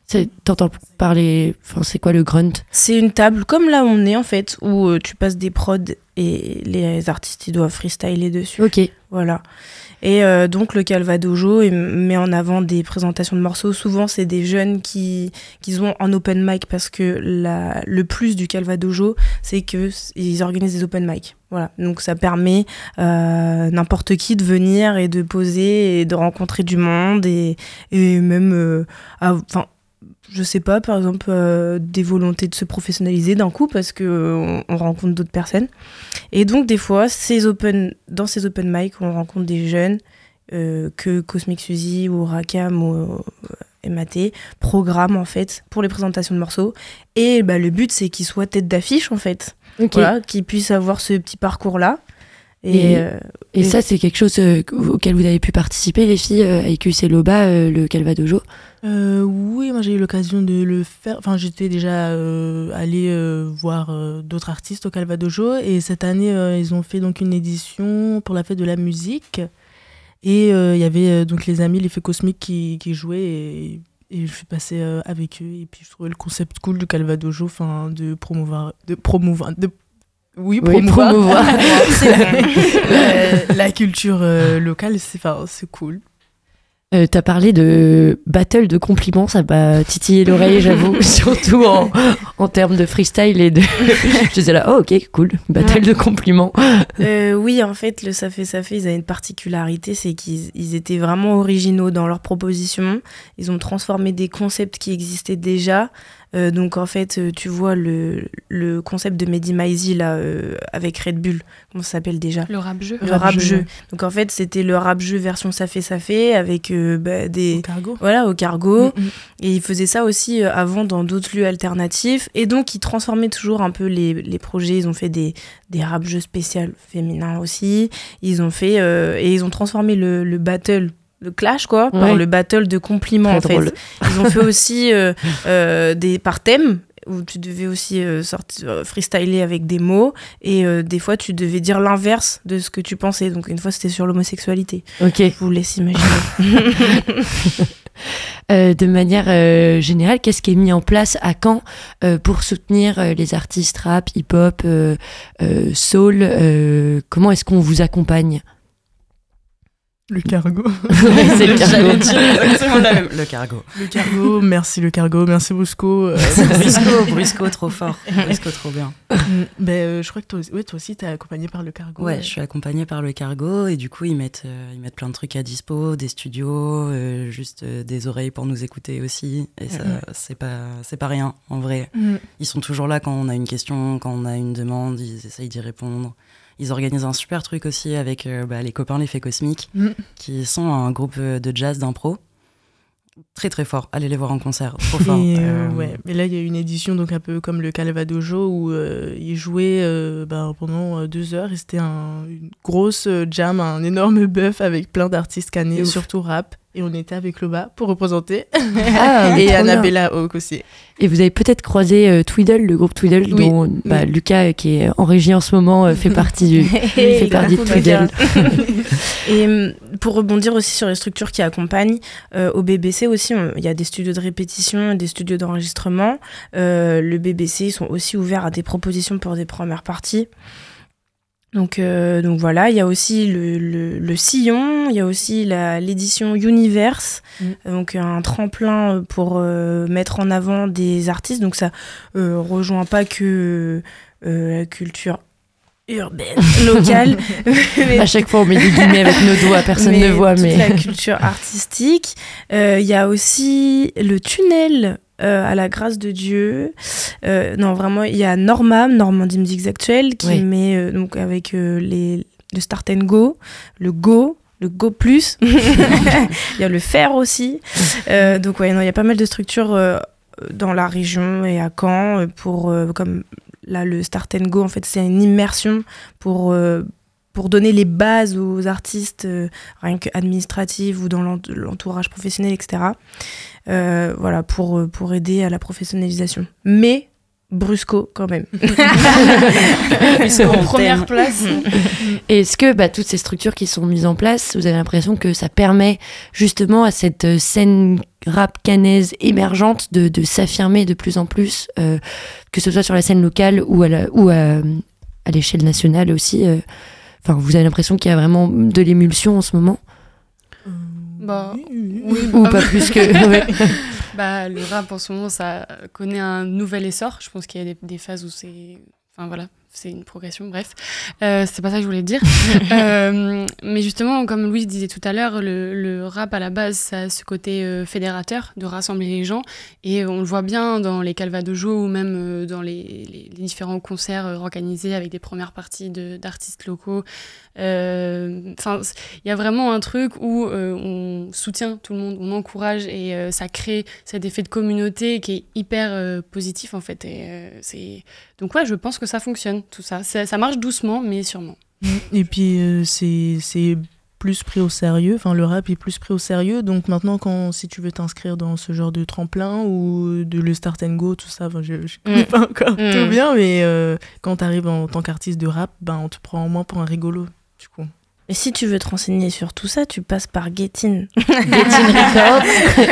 T'entends parler, c'est quoi le grunt? C'est une table comme là où on est en fait, où tu passes des prods et les artistes ils doivent freestyler dessus. Ok. Voilà. Et donc le Calvadojo met en avant des présentations de morceaux. Souvent c'est des jeunes qui ont un open mic parce que le plus du Calvadojo c'est qu'ils organisent des open mic. Voilà. Donc ça permet n'importe qui de venir et de poser et de rencontrer du monde et même je sais pas, par exemple, des volontés de se professionnaliser d'un coup parce qu'on rencontre d'autres personnes. Et donc, des fois, dans ces open mic, on rencontre des jeunes que Cosmic Suzy ou Rakam ou Ematé programment, en fait, pour les présentations de morceaux. Et le but, c'est qu'ils soient tête d'affiche, en fait. Okay. Voilà, qu'ils puissent avoir ce petit parcours-là. Et ça, c'est quelque chose auquel vous avez pu participer, les filles, avec UC Loba, le Calvadojo? Oui, moi j'ai eu l'occasion de le faire. Enfin, j'étais déjà allée voir d'autres artistes au Calvadojo. Et cette année, ils ont fait donc une édition pour la fête de la musique. Et il y avait donc les amis, l'effet cosmique qui jouaient. Et je suis passée avec eux. Et puis je trouvais le concept cool du Calvadojo, de promouvoir la culture locale, c'est cool. T'as parlé de battle de compliments, ça m'a titillé l'oreille, j'avoue, surtout en termes de freestyle et de... Je disais là, oh ok, cool, battle de compliments. Oui, en fait, le Ça fait, ils avaient une particularité, c'est qu'ils étaient vraiment originaux dans leurs propositions. Ils ont transformé des concepts qui existaient déjà. Donc en fait, tu vois le concept de Mehdi Maizi là, avec Red Bull, comment ça s'appelle déjà? Le rap-jeu. Le rap-jeu. Donc en fait, c'était le rap-jeu version ça fait, avec des... Au cargo. Voilà, au cargo. Et ils faisaient ça aussi avant dans d'autres lieux alternatifs. Et donc, ils transformaient toujours un peu les projets. Ils ont fait des rap-jeux spéciaux féminins aussi. Ils ont fait... et ils ont transformé le battle... le clash quoi, par le battle de compliments. Très en drôle. Fait. Ils ont fait aussi des par thème où tu devais aussi freestyler avec des mots et des fois tu devais dire l'inverse de ce que tu pensais. Donc une fois c'était sur l'homosexualité. Ok. Je vous laisse imaginer. De manière générale, qu'est-ce qui est mis en place à Caen pour soutenir les artistes rap, hip-hop, soul? Comment est-ce qu'on vous accompagne? Le cargo. C'est le cargo. J'allais dire exactement la même. Le cargo. Le cargo, merci le cargo, merci Brusco. Brusco, trop fort. Brusco, trop bien. Je crois que toi aussi, t'es accompagnée par le cargo. Ouais, je suis accompagnée par le cargo et du coup, ils mettent plein de trucs à dispo, des studios, juste des oreilles pour nous écouter aussi. Et ça, c'est pas rien, en vrai. Ils sont toujours là quand on a une question, quand on a une demande, ils essayent d'y répondre. Ils organisent un super truc aussi avec les copains l'effet cosmique, qui sont un groupe de jazz d'impro. Très très fort, allez les voir en concert, trop fort. Ouais, mais là il y a une édition donc un peu comme le Calvadojo où ils jouaient pendant 2 heures et c'était une grosse jam, un énorme bœuf avec plein d'artistes canés, surtout rap. Et on était avec Loba pour représenter. Et Annabella Hawk aussi. Et vous avez peut-être croisé Tweedle, le groupe Tweedle, dont Lucas, qui est en régie en ce moment, fait partie de Tweedle. Et pour rebondir aussi sur les structures qui accompagnent, au BBC aussi, il y a des studios de répétition, des studios d'enregistrement. Le BBC, ils sont aussi ouverts à des propositions pour des premières parties. Donc voilà, il y a aussi le Sillon, il y a aussi l'édition Universe, donc un tremplin pour mettre en avant des artistes. Donc ça rejoint pas que la culture urbaine, locale. À chaque fois, on met des guillemets avec nos doigts, personne ne voit. Toute la culture artistique. Il y a aussi le tunnel à la grâce de Dieu. Non, vraiment, il y a Normandie Musiques Actuelles, qui met donc avec le Start and Go, le Go Plus. Il y a le Fer aussi. Donc, il y a pas mal de structures dans la région et à Caen pour, comme là, le Start and Go, en fait, c'est une immersion pour donner les bases aux artistes, rien qu'administratives ou dans l'entourage professionnel, etc. Voilà, pour aider à la professionnalisation. Mais Brusco, quand même. En première place. Et est-ce que toutes ces structures qui sont mises en place, vous avez l'impression que ça permet justement à cette scène rap canaise émergente de s'affirmer de plus en plus, que ce soit sur la scène locale ou à l'échelle nationale aussi. Vous avez l'impression qu'il y a vraiment de l'émulsion en ce moment? Ou pas plus que... Ouais. Le rap en ce moment, ça connaît un nouvel essor. Je pense qu'il y a des phases où c'est... c'est une progression, bref. C'est pas ça que je voulais dire. Mais justement, comme Louise disait tout à l'heure, le rap, à la base, ça a ce côté fédérateur, de rassembler les gens. Et on le voit bien dans les Calvadojo ou même dans les différents concerts organisés avec des premières parties d'artistes locaux. Il y a vraiment un truc où on soutient tout le monde, on encourage et ça crée cet effet de communauté qui est hyper positif, en fait. Donc ouais, je pense que ça fonctionne, tout ça. Ça marche doucement, mais sûrement. Et puis, c'est plus pris au sérieux. Le rap est plus pris au sérieux. Donc maintenant, si tu veux t'inscrire dans ce genre de tremplin ou de le start and go, tout ça, je connais pas encore tout bien, mais quand tu arrives en tant qu'artiste de rap, on te prend au moins pour un rigolo, du coup. Et si tu veux te renseigner sur tout ça, tu passes par Get-In. Get-In Records.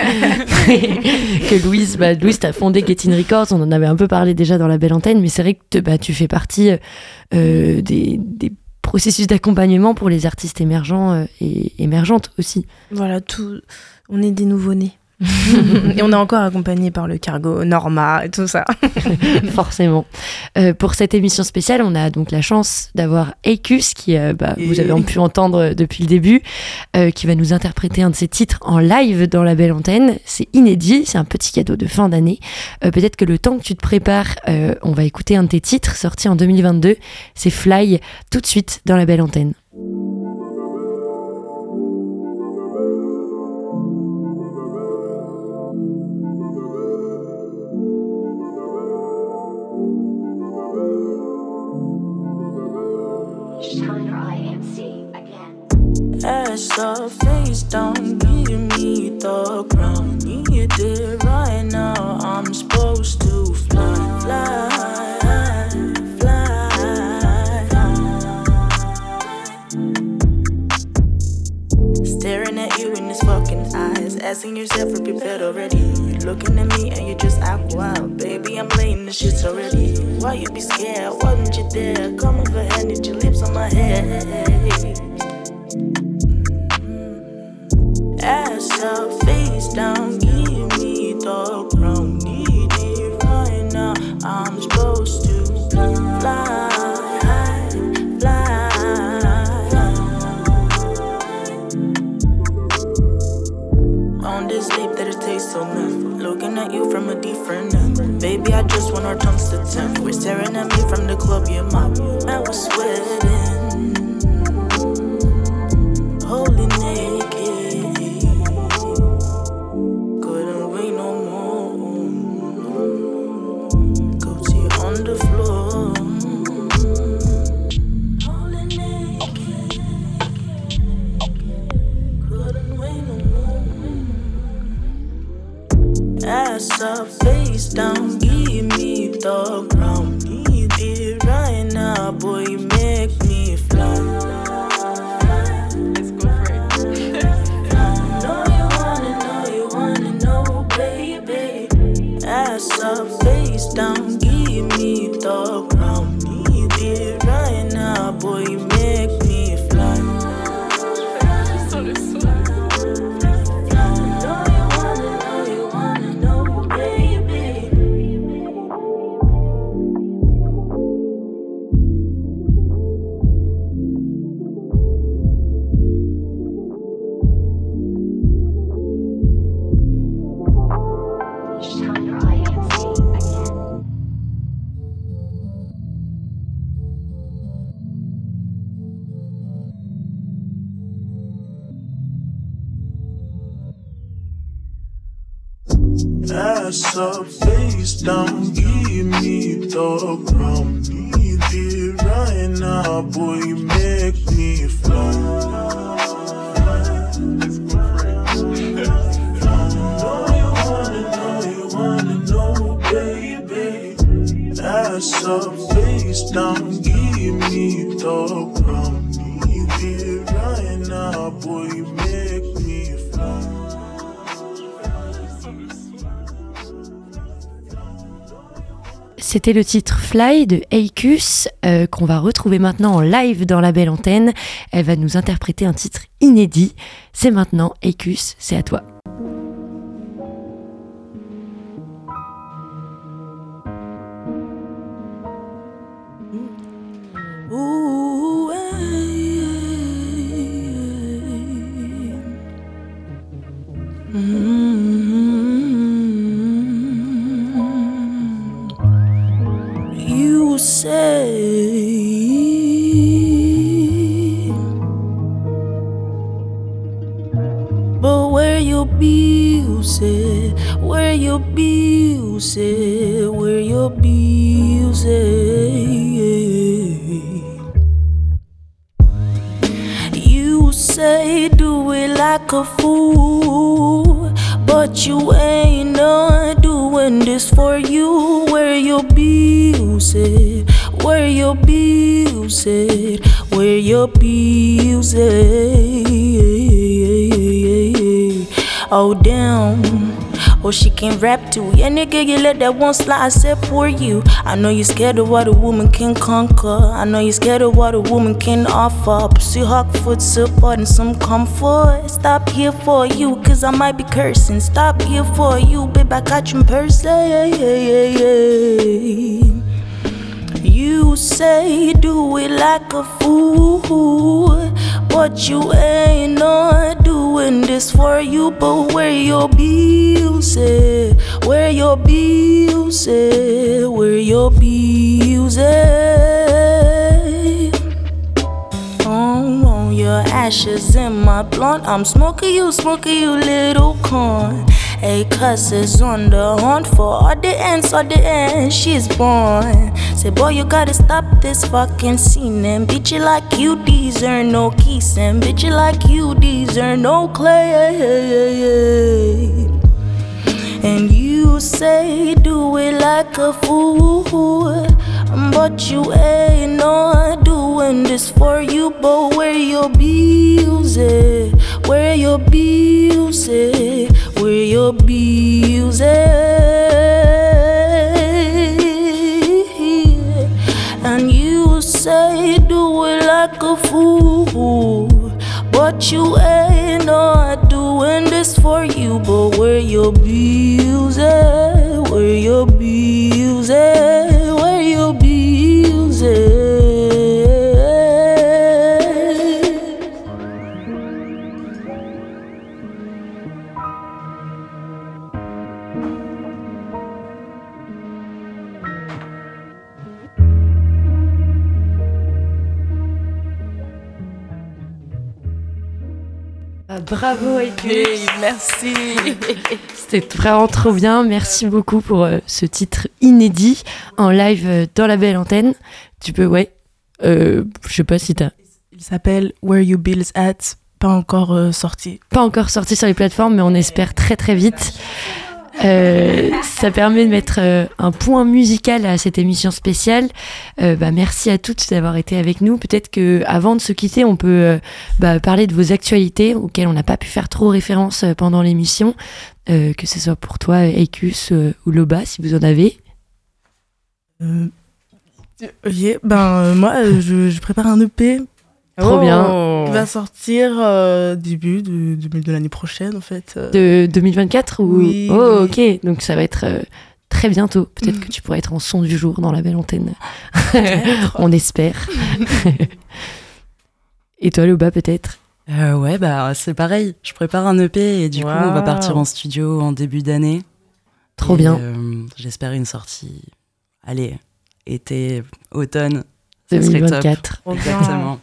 Que Louise, t'as fondé Get-In Records. On en avait un peu parlé déjà dans la belle antenne, mais c'est vrai que tu fais partie des processus d'accompagnement pour les artistes émergents et émergentes aussi. Voilà, on est des nouveau-nés. Et on est encore accompagné par le Cargo, Norma et tout ça. Forcément. Pour cette émission spéciale, on a donc la chance d'avoir Acus, qui vous avez pu entendre depuis le début, qui va nous interpréter un de ses titres en live dans la belle antenne. C'est inédit, c'est un petit cadeau de fin d'année. Peut-être que le temps que tu te prépares, on va écouter un de tes titres sorti en 2022. C'est Fly, tout de suite dans la belle antenne. Ass up, face down, give me the crown. Need it right now, I'm supposed to fly, fly, fly. Staring at you in his fucking eyes, asking yourself if you're prepared already. Looking at me and you just act wild. Baby, I'm laying the shit already. Why you be scared? Wasn't you there? Come over here, need your lips on my head. Ass up, face down, give me the crown. Need it right now, I'm supposed to fly, fly. On this leap that it tastes so good, looking at you from a different angle. Baby, I just want our tongues to tempt. We're staring at me from the club, you're my man, we're sweating, holy naked. Ass up, face down, give me the crown. Need it right now, boy, you make me fly. Let's go for it. Know you wanna know, baby. Ass up, face down, give me the crown. Need it right now, boy, you make me fly. Ass up, face down, give me the crown. Need it right now, boy, you make me fly. Let's go for it. Know you wanna know, baby. Ass up, face down, give me the crown. Need it right now, boy, you make me fly. C'était le titre Fly de Aikus qu'on va retrouver maintenant en live dans la belle antenne. Elle va nous interpréter un titre inédit. C'est maintenant, Aikus, c'est à toi. Ooh, You say, but where your bills at? Where your bills at? Where your bills at? You say do it like a fool, but you ain't not doing this for you. Where your bills at? Where your bills at? Where your bills at? Oh damn. Oh, she can rap too. Yeah, nigga, you let that one slide, I said for you. I know you're scared of what a woman can conquer. I know you're scared of what a woman can offer. Pussy hawk foot support and some comfort. Stop here for you, cause I might be cursing. Stop here for you, babe, I got you in person. You say do it like a fool, but you ain't not doing this for you. But where your bills at? Where your bills at? Where your bills at? Oh, your ashes in my blunt. I'm smoking you, little corn. Hey, cuss is on the hunt for all the ends, she's born. Say, boy, you gotta stop this fucking scene and bitch you like you deserve no keys and bitch you like you deserve no clay. And you say do it like a fool, but you ain't not doing this for you. But where your bills at? Where your bills at? Where your bills at? And you say do it like a fool, but you ain't not doing this for you. But where your bills at? Where your bills at? Where your bills at? Bravo Aikus. Merci. C'était vraiment trop bien. Merci beaucoup pour ce titre inédit en live dans la belle antenne. Tu peux, je sais pas si t'as... Il s'appelle Where You Bills At, pas encore sorti. Pas encore sorti sur les plateformes, mais on espère très très vite. Ça permet de mettre un point musical à cette émission spéciale. Merci à toutes d'avoir été avec nous. Peut-être qu'avant de se quitter, on peut parler de vos actualités auxquelles on n'a pas pu faire trop référence pendant l'émission, que ce soit pour toi, Aikus ou Loba, si vous en avez. Moi, je prépare un EP. Trop bien. Qui va sortir début de l'année prochaine, en fait. De 2024 ou... Oui. Oh, ok. Donc ça va être très bientôt. Peut-être que tu pourrais être en son du jour dans la belle antenne. On espère. Et toi, Loba, peut-être? C'est pareil. Je prépare un EP et du coup, on va partir en studio en début d'année. Trop bien. J'espère une sortie, été, automne. 2024. Exactement.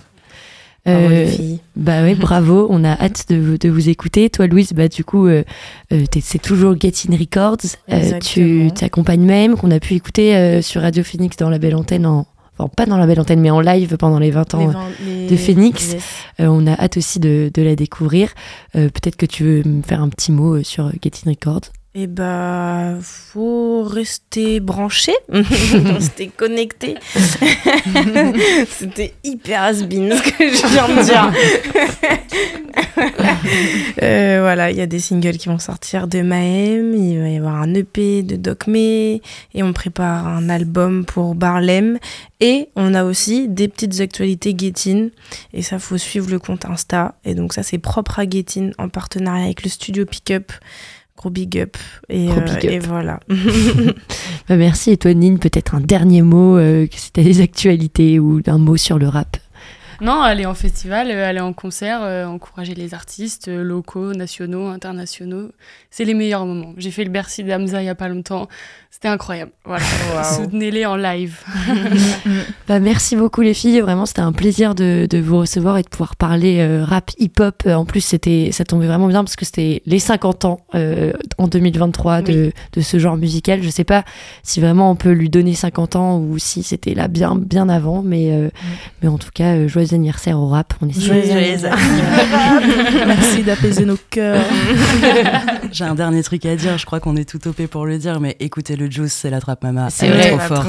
Bravo, on a hâte de vous écouter. Toi, Louise, du coup, c'est toujours Get In Records. Tu t'accompagnes même, qu'on a pu écouter sur Radio Phoenix dans la belle antenne, enfin pas dans la belle antenne, mais en live pendant les 20 ans de Phoenix. Yes. On a hâte aussi de la découvrir. Peut-être que tu veux me faire un petit mot sur Get In Records. Faut rester branché, rester connecté. C'était hyper has-been ce que je viens de dire. voilà, il y a des singles qui vont sortir de Mahem, il va y avoir un EP de Doc May, et on prépare un album pour Barlem. Et on a aussi des petites actualités Getin, et ça, faut suivre le compte Insta. Et donc ça, c'est propre à Getin, en partenariat avec le studio Pickup. Gros big up. Et voilà. Bah merci. Et toi, Nine, peut-être un dernier mot, si t'as des actualités ou un mot sur le rap? Non, aller en festival, aller en concert, encourager les artistes locaux, nationaux, internationaux. C'est les meilleurs moments. J'ai fait le Bercy d'Hamza il n'y a pas longtemps. C'était incroyable. Voilà. Wow. Soutenez-les en live. Bah, merci beaucoup les filles. Vraiment, c'était un plaisir de vous recevoir et de pouvoir parler rap, hip-hop. En plus, ça tombait vraiment bien parce que c'était les 50 ans en 2023 de ce genre musical. Je ne sais pas si vraiment on peut lui donner 50 ans ou si c'était là bien, bien avant. Mais en tout cas, joyeux anniversaire au rap. On est joyeux anniversaire. Merci d'apaiser nos cœurs. J'ai un dernier truc à dire. Je crois qu'on est tout topé pour le dire, mais écoutez le Juice, c'est la Trap Mama. C'est vrai, trop fort.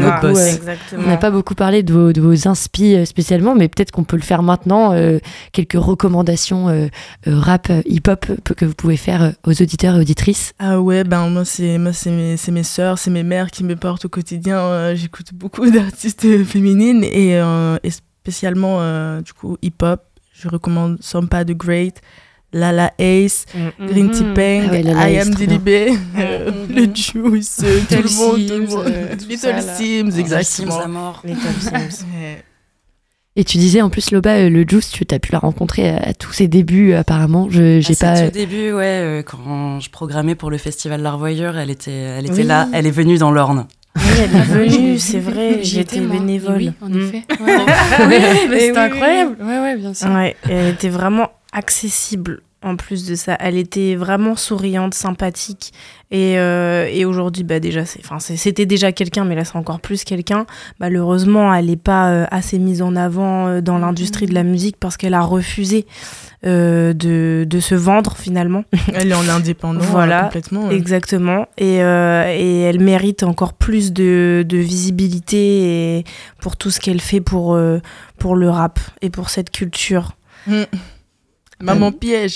On n'a pas beaucoup parlé de vos inspi spécialement, mais peut-être qu'on peut le faire maintenant. Quelques recommandations rap, hip-hop que vous pouvez faire aux auditeurs et auditrices. Ah ouais, moi c'est mes sœurs, c'est mes mères qui me portent au quotidien. J'écoute beaucoup d'artistes féminines et spécialement du coup hip-hop. Je recommande Sampa the Great, Lala Ace, Green Tea Peng, I Am Dilibé, le Juice, tout le monde, Little Sims, exactement. Little Sims. Et tu disais en plus, Loba, le Juice, tu as pu la rencontrer à tous ses débuts apparemment. J'ai pas. Au début, ouais, quand je programmais pour le festival L'Arvoyeur, elle était là, elle est venue dans l'Orne. Oui, elle est venue, c'est vrai, j'étais bénévole. Oui, en effet. C'était incroyable. Ouais, bien sûr. Ouais, elle était vraiment accessible en plus de ça. Elle était vraiment souriante, sympathique. Et aujourd'hui, déjà, c'était déjà quelqu'un, mais là, c'est encore plus quelqu'un. Malheureusement, elle n'est pas assez mise en avant dans l'industrie de la musique parce qu'elle a refusé de se vendre finalement. Elle est en indépendant, voilà, complètement. Exactement. Et elle mérite encore plus de visibilité pour tout ce qu'elle fait pour le rap et pour cette culture. Maman piège.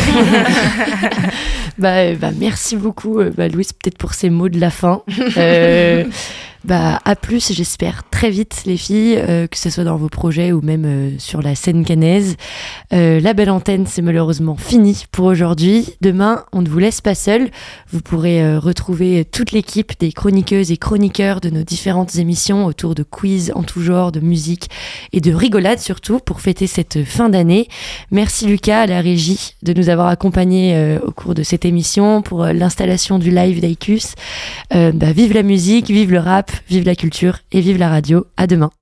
Merci beaucoup, Louise, peut-être pour ces mots de la fin. À plus, j'espère très vite, les filles, que ce soit dans vos projets ou même sur la scène caennaise. La belle antenne, c'est malheureusement fini pour aujourd'hui. Demain, on ne vous laisse pas seul. Vous pourrez retrouver toute l'équipe des chroniqueuses et chroniqueurs de nos différentes émissions autour de quiz en tout genre, de musique et de rigolade surtout pour fêter cette fin d'année. Merci Lucas à la régie de nous avoir accompagnés au cours de cette émission pour l'installation du live d'Aicus. Vive la musique, vive le rap, vive la culture et vive la radio. À demain.